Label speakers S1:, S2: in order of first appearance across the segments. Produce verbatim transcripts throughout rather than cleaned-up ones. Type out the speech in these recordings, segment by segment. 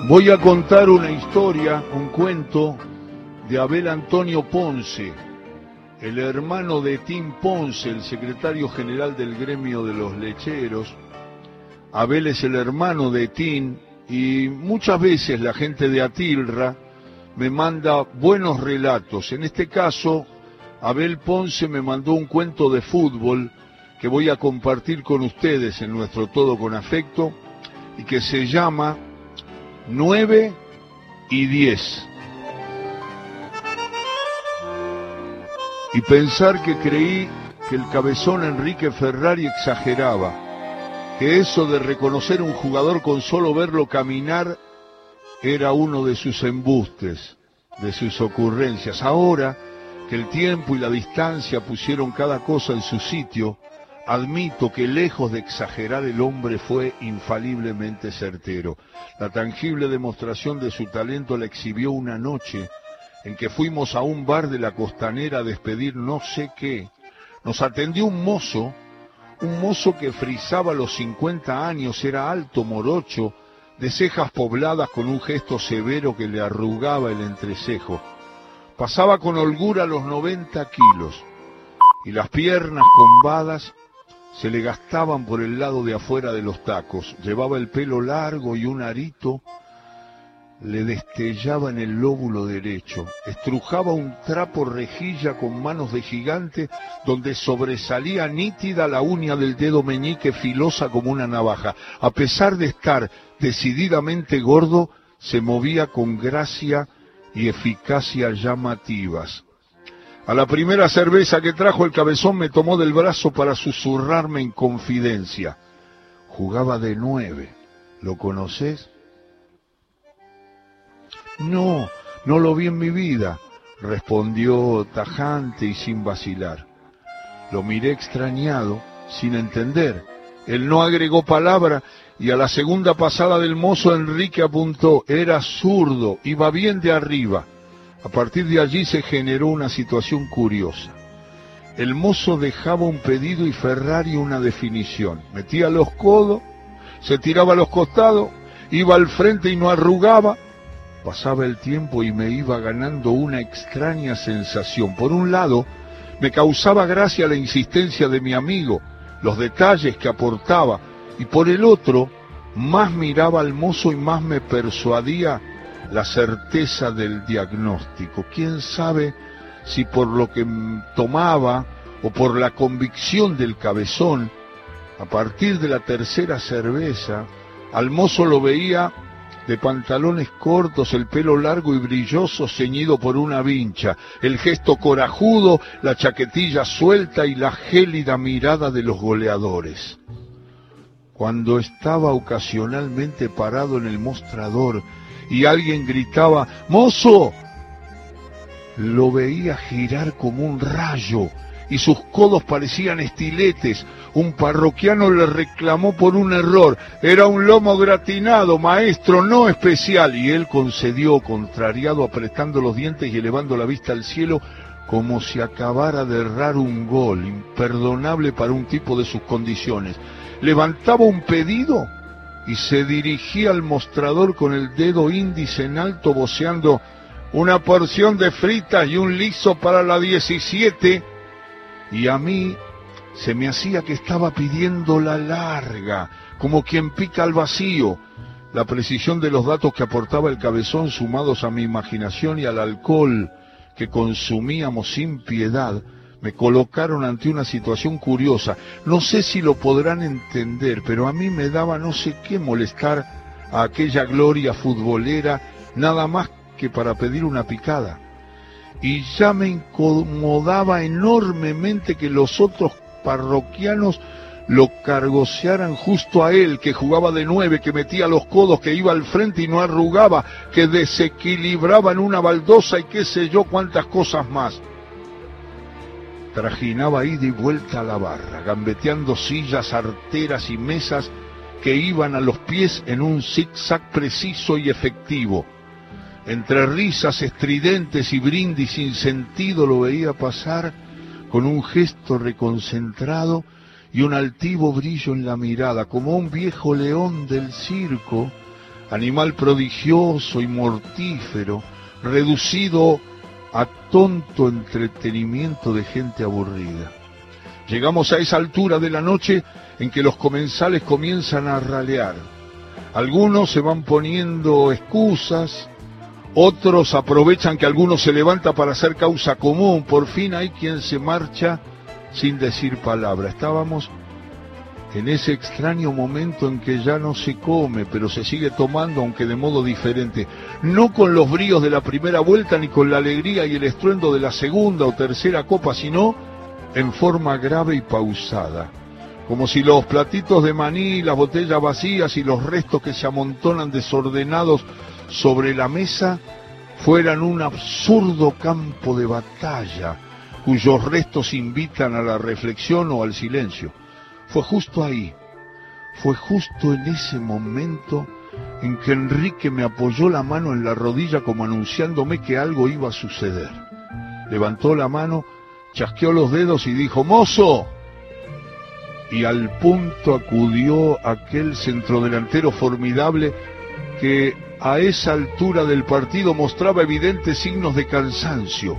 S1: Voy a contar una historia, un cuento de Abel Antonio Ponce, el hermano de Tim Ponce, el secretario general del gremio de los lecheros. Abel es el hermano de Tim y muchas veces la gente de Atilra me manda buenos relatos. En este caso, Abel Ponce me mandó un cuento de fútbol que voy a compartir con ustedes en nuestro Todo con Afecto y que se llama nueve y diez. Y pensar que creí que el cabezón Enrique Ferrari exageraba, que eso de reconocer un jugador con solo verlo caminar era uno de sus embustes, de sus ocurrencias. Ahora que el tiempo y la distancia pusieron cada cosa en su sitio, admito que lejos de exagerar el hombre fue infaliblemente certero. La tangible demostración de su talento la exhibió una noche en que fuimos a un bar de la Costanera a despedir no sé qué. Nos atendió un mozo, un mozo que frisaba los cincuenta años, era alto, morocho, de cejas pobladas con un gesto severo que le arrugaba el entrecejo. Pasaba con holgura los noventa kilos y las piernas combadas se le gastaban por el lado de afuera de los tacos. Llevaba el pelo largo y un arito le destellaba en el lóbulo derecho. Estrujaba un trapo rejilla con manos de gigante donde sobresalía nítida la uña del dedo meñique filosa como una navaja. A pesar de estar decididamente gordo, se movía con gracia y eficacia llamativas. A la primera cerveza que trajo el cabezón me tomó del brazo para susurrarme en confidencia. Jugaba de nueve. ¿Lo conoces? No, no lo vi en mi vida, respondió tajante y sin vacilar. Lo miré extrañado, sin entender. Él no agregó palabra y a la segunda pasada del mozo Enrique apuntó. Era zurdo, iba bien de arriba. A partir de allí se generó una situación curiosa. El mozo dejaba un pedido y Ferrari una definición. Metía los codos, se tiraba a los costados, iba al frente y no arrugaba. Pasaba el tiempo y me iba ganando una extraña sensación. Por un lado, me causaba gracia la insistencia de mi amigo, los detalles que aportaba, y por el otro, más miraba al mozo y más me persuadía la certeza del diagnóstico. ¿Quién sabe si por lo que tomaba o por la convicción del cabezón, a partir de la tercera cerveza, al mozo lo veía de pantalones cortos, el pelo largo y brilloso ceñido por una vincha, el gesto corajudo, la chaquetilla suelta y la gélida mirada de los goleadores. Cuando estaba ocasionalmente parado en el mostrador y alguien gritaba ¡Mozo!, lo veía girar como un rayo y sus codos parecían estiletes. Un parroquiano le reclamó por un error. Era un lomo gratinado, maestro, no especial. Y él concedió, contrariado, apretando los dientes y elevando la vista al cielo, como si acabara de errar un gol, imperdonable para un tipo de sus condiciones. Levantaba un pedido y se dirigía al mostrador con el dedo índice en alto, voceando una porción de fritas y un liso para la diecisiete. Y a mí se me hacía que estaba pidiendo la larga, como quien pica al vacío. La precisión de los datos que aportaba el cabezón, sumados a mi imaginación y al alcohol que consumíamos sin piedad, me colocaron ante una situación curiosa. No sé si lo podrán entender, pero a mí me daba no sé qué molestar a aquella gloria futbolera, nada más que para pedir una picada. Y ya me incomodaba enormemente que los otros parroquianos lo cargosearan justo a él, que jugaba de nueve, que metía los codos, que iba al frente y no arrugaba, que desequilibraba en una baldosa y qué sé yo cuántas cosas más. Trajinaba ida y vuelta a la barra, gambeteando sillas, arteras y mesas que iban a los pies en un zigzag preciso y efectivo. Entre risas estridentes y brindis sin sentido lo veía pasar con un gesto reconcentrado y un altivo brillo en la mirada, como un viejo león del circo animal prodigioso y mortífero, reducido a tonto entretenimiento de gente aburrida. Llegamos a esa altura de la noche en que los comensales comienzan a ralear. Algunos se van poniendo excusas, otros aprovechan que alguno se levanta para hacer causa común. Por fin hay quien se marcha sin decir palabra. Estábamos en ese extraño momento en que ya no se come, pero se sigue tomando, aunque de modo diferente. No con los bríos de la primera vuelta, ni con la alegría y el estruendo de la segunda o tercera copa, sino en forma grave y pausada. Como si los platitos de maní, las botellas vacías y los restos que se amontonan desordenados sobre la mesa fueran un absurdo campo de batalla, cuyos restos invitan a la reflexión o al silencio. Fue justo ahí, fue justo en ese momento en que Enrique me apoyó la mano en la rodilla como anunciándome que algo iba a suceder. Levantó la mano, chasqueó los dedos y dijo: ¡Mozo! Y al punto acudió aquel centrodelantero formidable que a esa altura del partido mostraba evidentes signos de cansancio.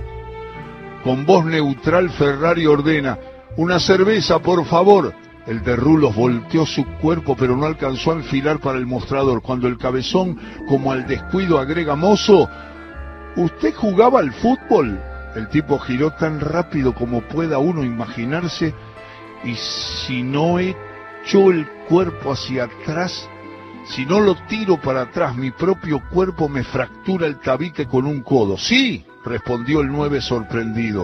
S1: Con voz neutral Ferrari ordena: ¡una cerveza, por favor! El de Rulos volteó su cuerpo, pero no alcanzó a enfilar para el mostrador. Cuando el cabezón, como al descuido, agrega: ¡Mozo! ¿Usted jugaba al fútbol? El tipo giró tan rápido como pueda uno imaginarse, y si no echo el cuerpo hacia atrás, si no lo tiro para atrás, mi propio cuerpo me fractura el tabique con un codo. ¡Sí!, respondió el nueve sorprendido,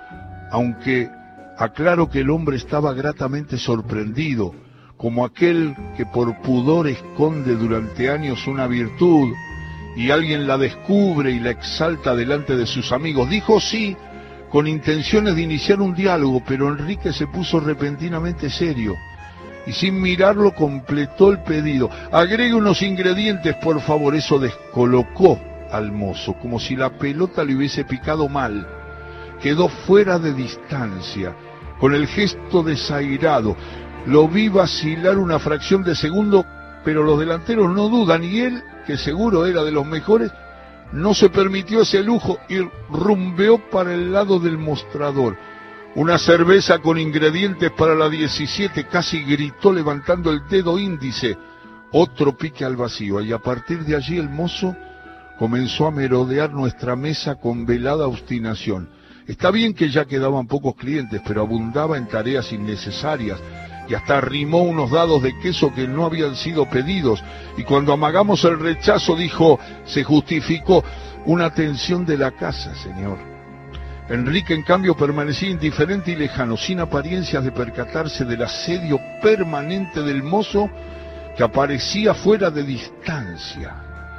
S1: aunque aclaro que el hombre estaba gratamente sorprendido, como aquel que por pudor esconde durante años una virtud y alguien la descubre y la exalta delante de sus amigos. Dijo sí, con intenciones de iniciar un diálogo, pero Enrique se puso repentinamente serio y sin mirarlo completó el pedido. Agregue unos ingredientes, por favor. Eso descolocó al mozo, como si la pelota le hubiese picado mal. Quedó fuera de distancia, con el gesto desairado. Lo vi vacilar una fracción de segundo, pero los delanteros no dudan, y él, que seguro era de los mejores, no se permitió ese lujo y rumbeó para el lado del mostrador. Una cerveza con ingredientes para la diecisiete, casi gritó levantando el dedo índice. Otro pique al vacío, y a partir de allí el mozo comenzó a merodear nuestra mesa con velada obstinación. Está bien que ya quedaban pocos clientes, pero abundaba en tareas innecesarias, y hasta arrimó unos dados de queso que no habían sido pedidos, y cuando amagamos el rechazo dijo, se justificó: una atención de la casa, señor. Enrique, en cambio, permanecía indiferente y lejano, sin apariencias de percatarse del asedio permanente del mozo, que aparecía fuera de distancia.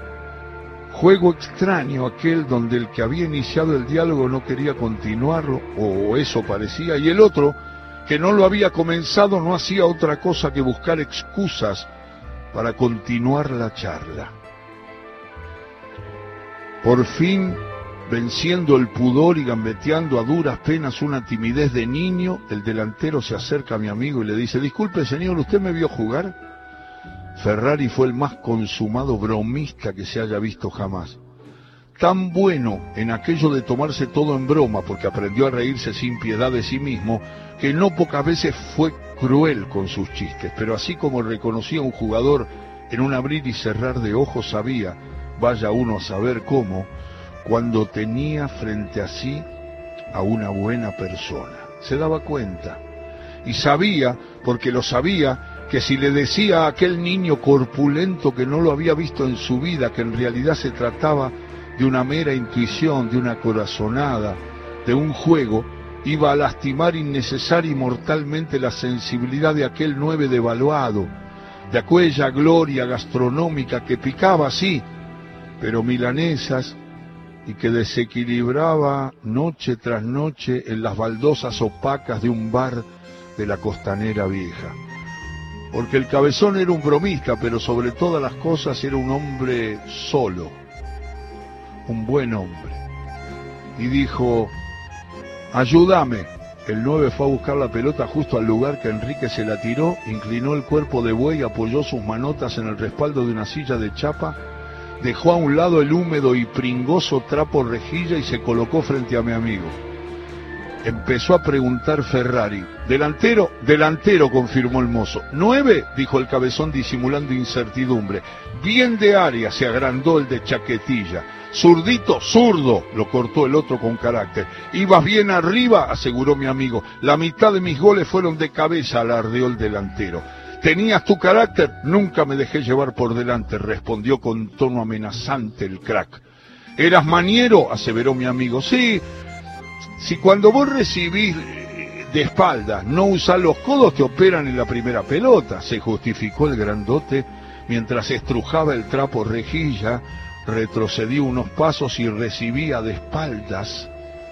S1: Juego extraño aquel donde el que había iniciado el diálogo no quería continuarlo, o eso parecía, y el otro, que no lo había comenzado, no hacía otra cosa que buscar excusas para continuar la charla. Por fin, venciendo el pudor y gambeteando a duras penas una timidez de niño, el delantero se acerca a mi amigo y le dice: disculpe, señor, ¿usted me vio jugar? Ferrari fue el más consumado bromista que se haya visto jamás. Tan bueno en aquello de tomarse todo en broma, porque aprendió a reírse sin piedad de sí mismo, que no pocas veces fue cruel con sus chistes, pero así como reconocía un jugador en un abrir y cerrar de ojos, sabía, vaya uno a saber cómo, cuando tenía frente a sí a una buena persona. Se daba cuenta, y sabía, porque lo sabía, que si le decía a aquel niño corpulento que no lo había visto en su vida, que en realidad se trataba de una mera intuición, de una corazonada, de un juego, iba a lastimar innecesaria y mortalmente la sensibilidad de aquel nueve devaluado, de aquella gloria gastronómica que picaba, sí, pero milanesas, y que desequilibraba noche tras noche en las baldosas opacas de un bar de la Costanera Vieja. Porque el cabezón era un bromista, pero sobre todas las cosas era un hombre solo, un buen hombre. Y dijo: ayúdame. El nueve fue a buscar la pelota justo al lugar que Enrique se la tiró, inclinó el cuerpo de buey, apoyó sus manotas en el respaldo de una silla de chapa, dejó a un lado el húmedo y pringoso trapo rejilla y se colocó frente a mi amigo. Empezó a preguntar Ferrari. «Delantero, delantero», confirmó el mozo. «¿Nueve?», dijo el cabezón disimulando incertidumbre. «Bien de área», se agrandó el de chaquetilla. «Zurdito, zurdo», lo cortó el otro con carácter. «Ibas bien arriba», aseguró mi amigo. «La mitad de mis goles fueron de cabeza», alardeó el delantero. «¿Tenías tu carácter?». «Nunca me dejé llevar por delante», respondió con tono amenazante el crack. «¿Eras maniero?», aseveró mi amigo. «Sí, si cuando vos recibís de espaldas no usás los codos te operan en la primera pelota», se justificó el grandote mientras estrujaba el trapo rejilla. Retrocedí unos pasos y recibía de espaldas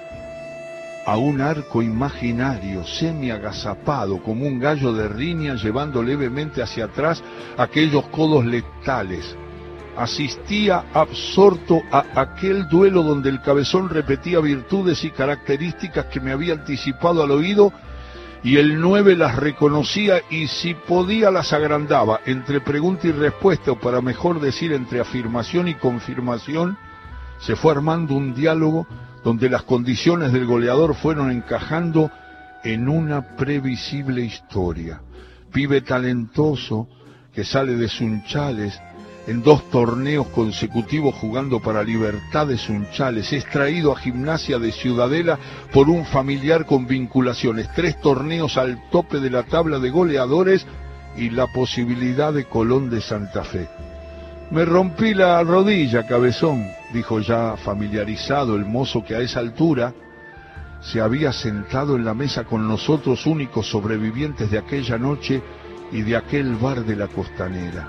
S1: a un arco imaginario, semi-agazapado, como un gallo de riña, llevando levemente hacia atrás aquellos codos letales. Asistía absorto a aquel duelo donde el cabezón repetía virtudes y características que me había anticipado al oído, y el nueve las reconocía y si podía las agrandaba. Entre pregunta y respuesta, o para mejor decir entre afirmación y confirmación, se fue armando un diálogo donde las condiciones del goleador fueron encajando en una previsible historia. Pibe talentoso que sale de Sunchales, en dos torneos consecutivos jugando para Libertad de Sunchales, es traído a Gimnasia de Ciudadela por un familiar con vinculaciones, tres torneos al tope de la tabla de goleadores y la posibilidad de Colón de Santa Fe. «Me rompí la rodilla, cabezón», dijo ya familiarizado el mozo que a esa altura se había sentado en la mesa con nosotros, únicos sobrevivientes de aquella noche y de aquel bar de la Costanera.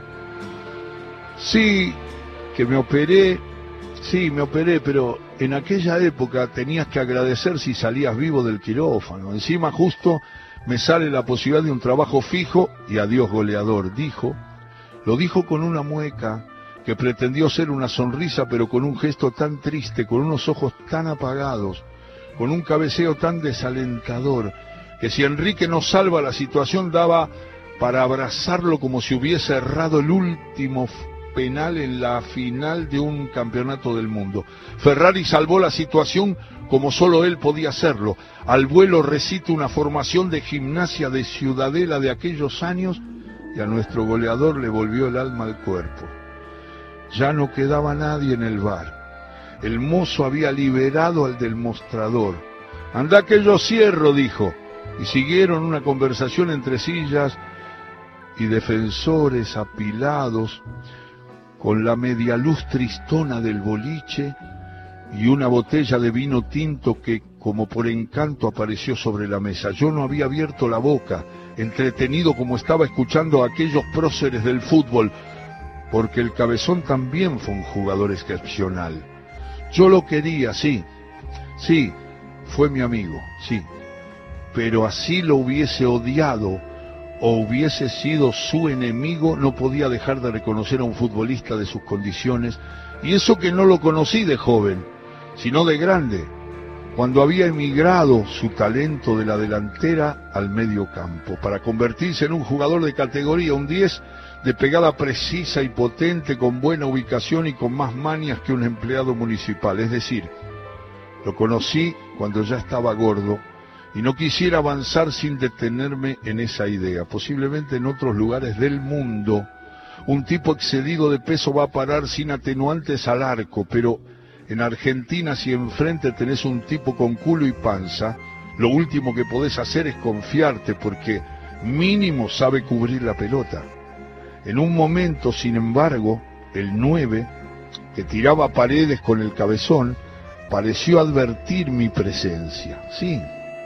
S1: «Sí, que me operé, sí, me operé, pero en aquella época tenías que agradecer si salías vivo del quirófano. Encima justo me sale la posibilidad de un trabajo fijo y adiós goleador», dijo. Lo dijo con una mueca que pretendió ser una sonrisa, pero con un gesto tan triste, con unos ojos tan apagados, con un cabeceo tan desalentador, que si Enrique no salva la situación daba para abrazarlo como si hubiese errado el último penal en la final de un campeonato del mundo. Ferrari salvó la situación como solo él podía hacerlo. Al vuelo recita una formación de Gimnasia de Ciudadela de aquellos años y a nuestro goleador le volvió el alma al cuerpo. Ya no quedaba nadie en el bar. El mozo había liberado al del mostrador. «Andá que yo cierro», dijo, y siguieron una conversación entre sillas y defensores apilados, con la media luz tristona del boliche y una botella de vino tinto que, como por encanto, apareció sobre la mesa. Yo no había abierto la boca, entretenido como estaba escuchando a aquellos próceres del fútbol, porque el cabezón también fue un jugador excepcional. Yo lo quería, sí, sí, fue mi amigo, sí, pero así lo hubiese odiado o hubiese sido su enemigo, no podía dejar de reconocer a un futbolista de sus condiciones, y eso que no lo conocí de joven, sino de grande, cuando había emigrado su talento de la delantera al medio campo, para convertirse en un jugador de categoría, un diez de pegada precisa y potente, con buena ubicación y con más manias que un empleado municipal. Es decir, lo conocí cuando ya estaba gordo, y no quisiera avanzar sin detenerme en esa idea. Posiblemente en otros lugares del mundo un tipo excedido de peso va a parar sin atenuantes al arco, pero en Argentina, si enfrente tenés un tipo con culo y panza, lo último que podés hacer es confiarte, porque mínimo sabe cubrir la pelota. En un momento, sin embargo, el nueve, que tiraba paredes con el cabezón, pareció advertir mi presencia. Sí.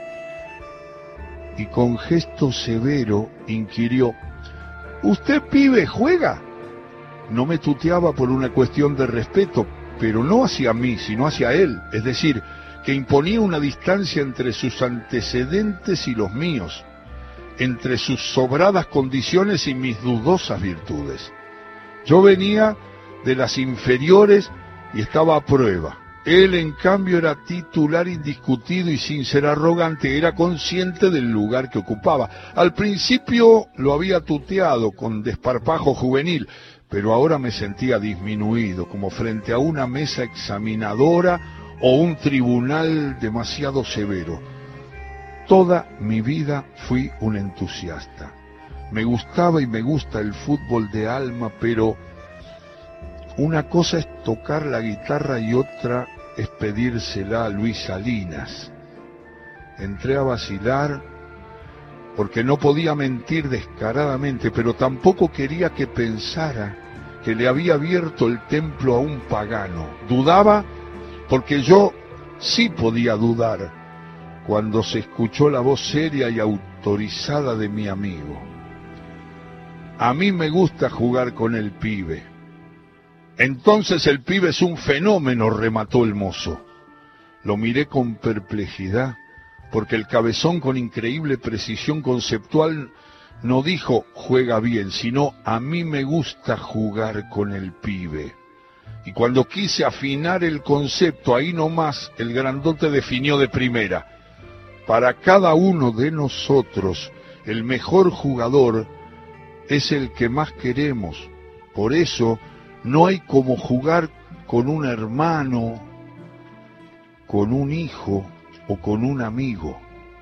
S1: Y con gesto severo inquirió: «¿Usted, pibe, juega?». No me tuteaba por una cuestión de respeto, pero no hacia mí, sino hacia él, es decir, que imponía una distancia entre sus antecedentes y los míos, entre sus sobradas condiciones y mis dudosas virtudes. Yo venía de las inferiores y estaba a prueba. Él, en cambio, era titular indiscutido y, sin ser arrogante, era consciente del lugar que ocupaba. Al principio lo había tuteado con desparpajo juvenil, pero ahora me sentía disminuido, como frente a una mesa examinadora o un tribunal demasiado severo. Toda mi vida fui un entusiasta. Me gustaba y me gusta el fútbol de alma, pero una cosa es tocar la guitarra y otra es pedírsela a Luis Salinas. Entré a vacilar porque no podía mentir descaradamente, pero tampoco quería que pensara que le había abierto el templo a un pagano. Dudaba porque yo sí podía dudar cuando se escuchó la voz seria y autorizada de mi amigo. A mí me gusta jugar con el pibe. Entonces el pibe es un fenómeno, remató el mozo. Lo miré con perplejidad, porque el cabezón, con increíble precisión conceptual, no dijo juega bien, sino a mí me gusta jugar con el pibe. Y cuando quise afinar el concepto, ahí nomás el grandote definió de primera: para cada uno de nosotros, el mejor jugador es el que más queremos. Por eso no hay como jugar con un hermano, con un hijo o con un amigo.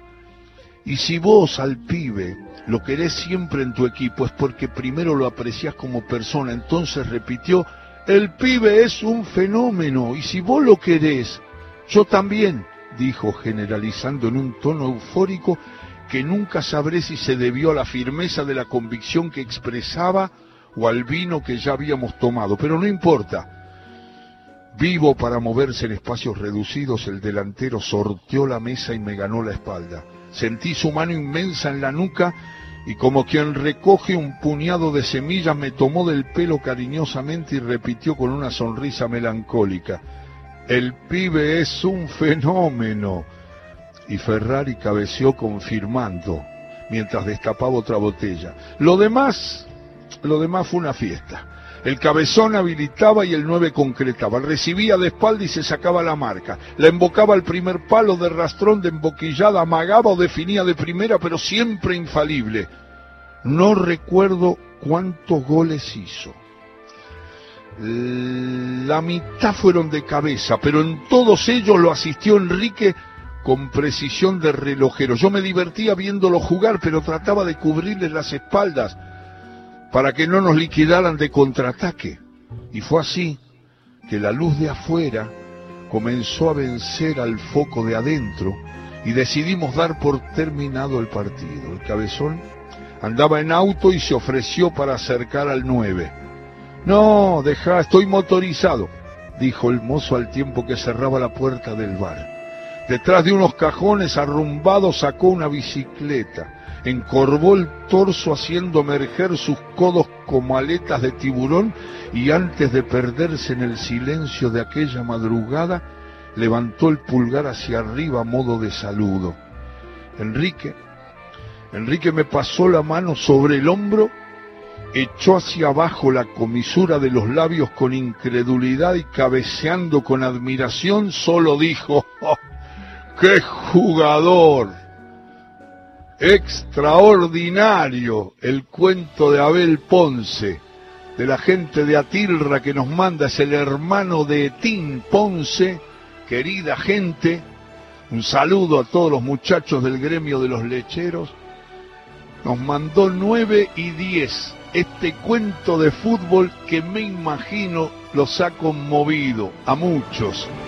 S1: Y si vos al pibe lo querés siempre en tu equipo, es porque primero lo apreciás como persona. Entonces repitió: el pibe es un fenómeno, y si vos lo querés, yo también, dijo, generalizando en un tono eufórico que nunca sabré si se debió a la firmeza de la convicción que expresaba o al vino que ya habíamos tomado, pero no importa. Vivo para moverse en espacios reducidos, el delantero sorteó la mesa y me ganó la espalda. Sentí su mano inmensa en la nuca y, como quien recoge un puñado de semillas, me tomó del pelo cariñosamente y repitió con una sonrisa melancólica: el pibe es un fenómeno. Y Ferrari cabeceó confirmando, mientras destapaba otra botella. Lo demás... Lo demás fue una fiesta. El cabezón habilitaba y el nueve concretaba. Recibía de espalda y se sacaba la marca. La embocaba al primer palo de rastrón, de emboquillada, amagaba o definía de primera, pero siempre infalible. No recuerdo cuántos goles hizo. La mitad fueron de cabeza, pero en todos ellos lo asistió Enrique con precisión de relojero. Yo me divertía viéndolo jugar, pero trataba de cubrirles las espaldas para que no nos liquidaran de contraataque. Y fue así que la luz de afuera comenzó a vencer al foco de adentro y decidimos dar por terminado el partido. El cabezón andaba en auto y se ofreció para acercar al nueve. No, dejá, estoy motorizado, dijo el mozo al tiempo que cerraba la puerta del bar. Detrás de unos cajones arrumbados sacó una bicicleta. Encorvó el torso haciendo emerger sus codos como aletas de tiburón y, antes de perderse en el silencio de aquella madrugada, levantó el pulgar hacia arriba a modo de saludo. Enrique, Enrique me pasó la mano sobre el hombro, echó hacia abajo la comisura de los labios con incredulidad y, cabeceando con admiración, solo dijo: ¡oh, qué jugador! Extraordinario el cuento de Abel Ponce, de la gente de Atilra que nos manda, es el hermano de Etín Ponce. Querida gente, un saludo a todos los muchachos del gremio de los lecheros. Nos mandó nueve y diez este cuento de fútbol que me imagino los ha conmovido a muchos.